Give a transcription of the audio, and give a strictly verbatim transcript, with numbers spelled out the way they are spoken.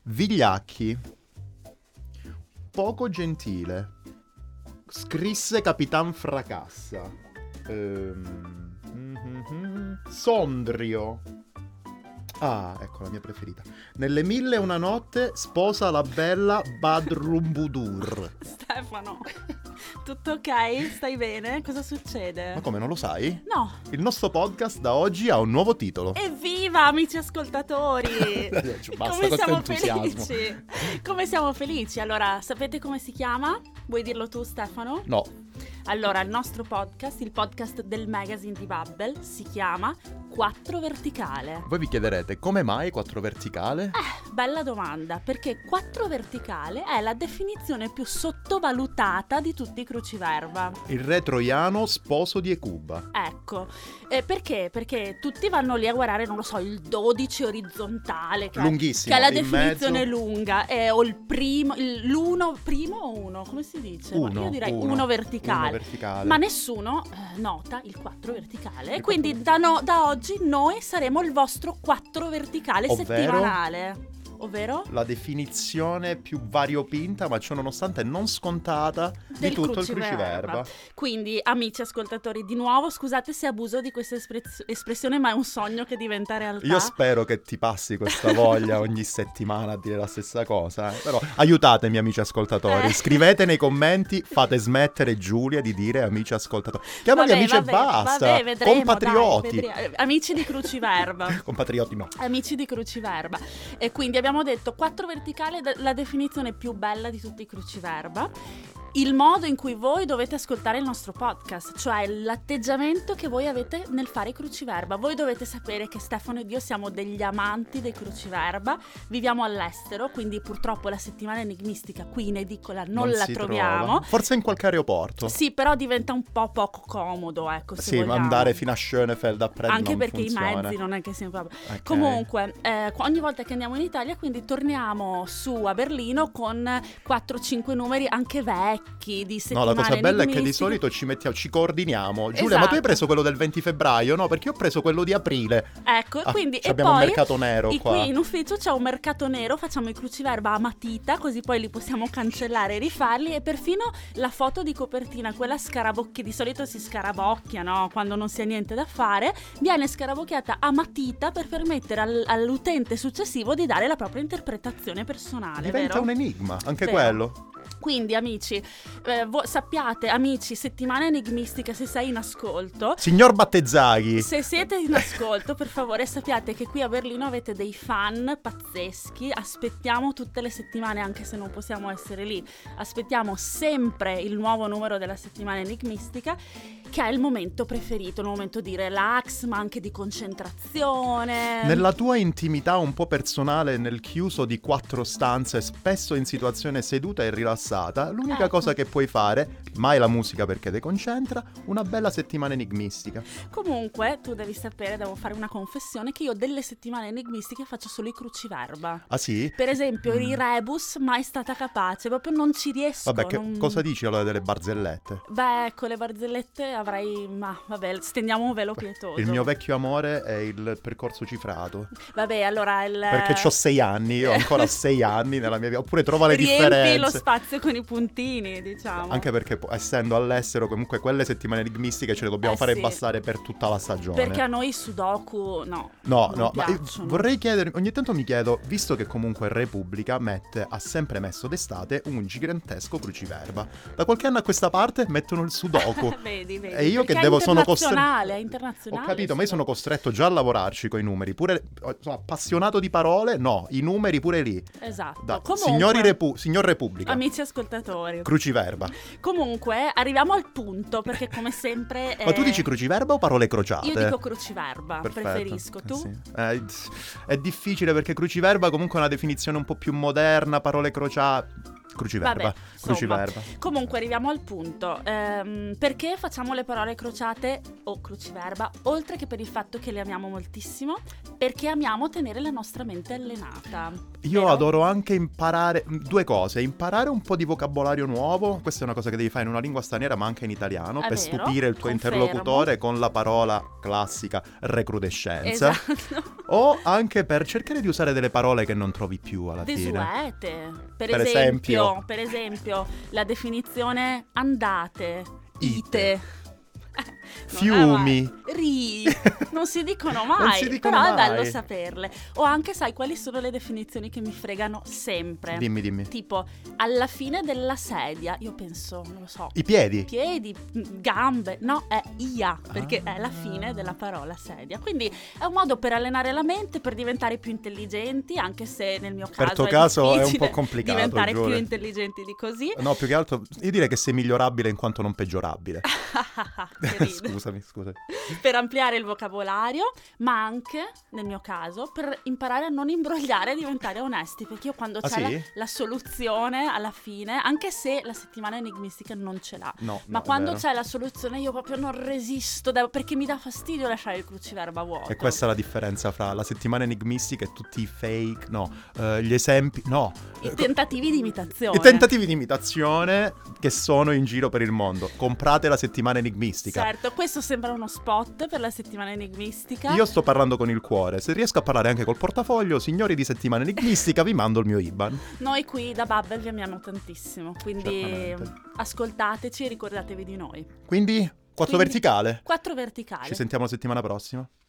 Vigliacchi, poco gentile, scrisse Capitan Fracassa, ehm, mm-hmm, sondrio. Ah, ecco la mia preferita. Nelle mille e una notte sposa la bella Badrumbudur. Stefano, tutto ok? Stai bene? Cosa succede? Ma come, non lo sai? No. Il nostro podcast da oggi ha un nuovo titolo. Evviva, amici ascoltatori! Basta come questo siamo entusiasmo. felici! Come siamo felici! Allora, sapete come si chiama? Vuoi dirlo tu, Stefano? No. Allora, il nostro podcast, il podcast del magazine di Babbel, si chiama Quattro Verticale. Voi vi chiederete, come mai quattro verticale? Eh, bella domanda, perché quattro verticale è la definizione più sottovalutata di tutti i cruciverba. Il re troiano sposo di Ecuba. Ecco, eh, perché? Perché tutti vanno lì a guardare, non lo so, il dodici orizzontale, che, lunghissimo, che è la in definizione mezzo... lunga, eh, o il primo, il, l'uno, primo o uno, come si dice? Uno, Io direi uno, uno verticale. Uno verticale. Ma nessuno eh, nota il quattro verticale, Il quindi quattro... da, no, da oggi noi saremo il vostro quattro verticale Ovvero? settimanale. Ovvero? La definizione più variopinta, ma ciò nonostante non scontata, Del di tutto cruciverba. il cruciverba. Quindi, amici ascoltatori, di nuovo, scusate se abuso di questa espress- espressione, ma è un sogno che diventa realtà. Io spero che ti passi questa voglia ogni settimana a dire la stessa cosa. Eh? Però aiutatemi, amici ascoltatori. Eh. Scrivete nei commenti, fate smettere Giulia di dire amici ascoltatori. Chiamali Vabbè, amici vabbè, e basta. vabbè, vedremo, Compatrioti. dai, vedremo. Amici di cruciverba. Compatrioti no. Amici di cruciverba. E quindi abbiamo detto quattro verticale, la definizione più bella di tutti i cruciverba. Il modo in cui voi dovete ascoltare il nostro podcast, cioè l'atteggiamento che voi avete nel fare i cruciverba. Voi dovete sapere che Stefano ed io siamo degli amanti dei cruciverba, viviamo all'estero, quindi purtroppo la settimana enigmistica qui in edicola non, non la troviamo. Trova. Forse in qualche aeroporto. Sì, però diventa un po' poco comodo, ecco, se sì, vogliamo. Andare fino a Schönefeld a prendere anche non perché funziona. i mezzi non è che siano proprio. Okay. Comunque, eh, ogni volta che andiamo in Italia, quindi torniamo su a Berlino con quattro cinque numeri anche vecchi di settimane. No, la cosa bella è che di solito ci mettiamo, ci coordiniamo. Giulia, esatto. Ma tu hai preso quello del venti febbraio? No, perché io ho preso quello di aprile. Ecco, ah, quindi e abbiamo poi un mercato nero e qua. Qui in ufficio c'è un mercato nero, facciamo i cruciverba a matita, così poi li possiamo cancellare e rifarli, e perfino la foto di copertina, quella scarabocchia, di solito si scarabocchia, no? Quando non si ha niente da fare, viene scarabocchiata a matita per permettere al, all'utente successivo di dare la propria interpretazione personale. Diventa vero? un enigma, anche Vero. quello. Quindi amici, eh, vo- sappiate amici, settimana enigmistica, se sei in ascolto, Signor Battezaghi, se siete in ascolto, per favore sappiate che qui a Berlino avete dei fan pazzeschi. Aspettiamo tutte le settimane, anche se non possiamo essere lì, aspettiamo sempre il nuovo numero della settimana enigmistica, che è il momento preferito, un momento di relax ma anche di concentrazione. Nella tua intimità un po' personale, nel chiuso di quattro stanze, spesso in situazione seduta e rilassata, l'unica ecco. cosa che puoi fare, mai la musica perché deconcentra, una bella settimana enigmistica. Comunque, tu devi sapere, devo fare una confessione, che io delle settimane enigmistiche faccio solo i cruciverba. Ah sì? Per esempio, mm. i rebus mai stata capace, proprio non ci riesco. Vabbè, che non... cosa dici allora delle barzellette? Beh, con le barzellette avrei... ma vabbè, stendiamo un velo pietoso. Il mio vecchio amore è il percorso cifrato. Vabbè, allora il... Perché ho sei anni, io ho ancora sei anni nella mia vita, oppure trova le Riempi differenze. lo spazio con i puntini, diciamo. Anche perché essendo all'estero comunque quelle settimane enigmistiche ce le dobbiamo eh fare sì. bastare per tutta la stagione. Perché a noi i sudoku no. No, non no, piacciono. ma io vorrei chiedere, ogni tanto mi chiedo, visto che comunque Repubblica mette, ha sempre messo d'estate un gigantesco cruciverba. Da qualche anno a questa parte mettono il sudoku. vedi, vedi. E io Perché che è devo sono costretto. internazionale, è internazionale. Ho capito, ma io sono costretto già a lavorarci con i numeri, pure sono appassionato di parole, no, i numeri pure lì. Esatto. Da, Comunque, signori Repu- signor Repubblica. amici ascoltatori. Cruciverba. Comunque, arriviamo al punto, perché come sempre... Ma tu eh, dici cruciverba o parole crociate? Io dico cruciverba, Perfetto. preferisco. Tu? Eh sì. eh, è difficile perché cruciverba comunque è una definizione un po' più moderna, parole crociate... Cruciverba. Vabbè, insomma. Cruciverba. Comunque arriviamo al punto. Ehm, perché facciamo le parole crociate o cruciverba? Oltre che per il fatto che le amiamo moltissimo, perché amiamo tenere la nostra mente allenata. Io Vero? adoro anche imparare due cose, imparare un po' di vocabolario nuovo, questa è una cosa che devi fare in una lingua straniera ma anche in italiano, È per vero, stupire il tuo confermo. interlocutore con la parola classica recrudescenza, Esatto. o anche per cercare di usare delle parole che non trovi più alla fine. Desuete. Per, Per esempio, esempio. per esempio, la definizione andate, Ite. ite. Non Fiumi. è mai- Ri, non si dicono mai, Non si dicono però mai. è bello saperle. O anche, sai, quali sono le definizioni che mi fregano sempre? Dimmi, dimmi. Tipo, alla fine della sedia, io penso, non lo so, I piedi. piedi, gambe, no, è ia, perché Ah. è la fine della parola sedia. Quindi è un modo per allenare la mente, per diventare più intelligenti, anche se nel mio caso Per tuo è caso è un difficile po' complicato, diventare Giulia. più intelligenti di così. No, più che altro, io direi che sei migliorabile in quanto non peggiorabile. Che ride. Scusami, scusami. Per ampliare il vocabolario, ma anche, nel mio caso, per imparare a non imbrogliare e diventare onesti, perché io quando Ah, c'è la, sì? la soluzione alla fine, anche se la settimana enigmistica non ce l'ha, No, ma no, è quando vero. c'è la soluzione io proprio non resisto, devo- perché mi dà fastidio lasciare il cruciverba vuoto. E questa è la differenza fra la settimana enigmistica e tutti i fake, no, eh, gli esempi, no. I eh, tentativi di imitazione. I tentativi di imitazione che sono in giro per il mondo. Comprate la settimana enigmistica. Certo, questo sembra uno spot per la settimana enigmistica. Io sto parlando con il cuore. Se riesco a parlare anche col portafoglio, signori di settimana enigmistica, vi mando il mio I B A N. Noi qui da Bubble vi amiamo tantissimo, quindi Certamente. ascoltateci e ricordatevi di noi. Quindi, quattro Quindi- verticale. Quattro verticali. Ci sentiamo la settimana prossima.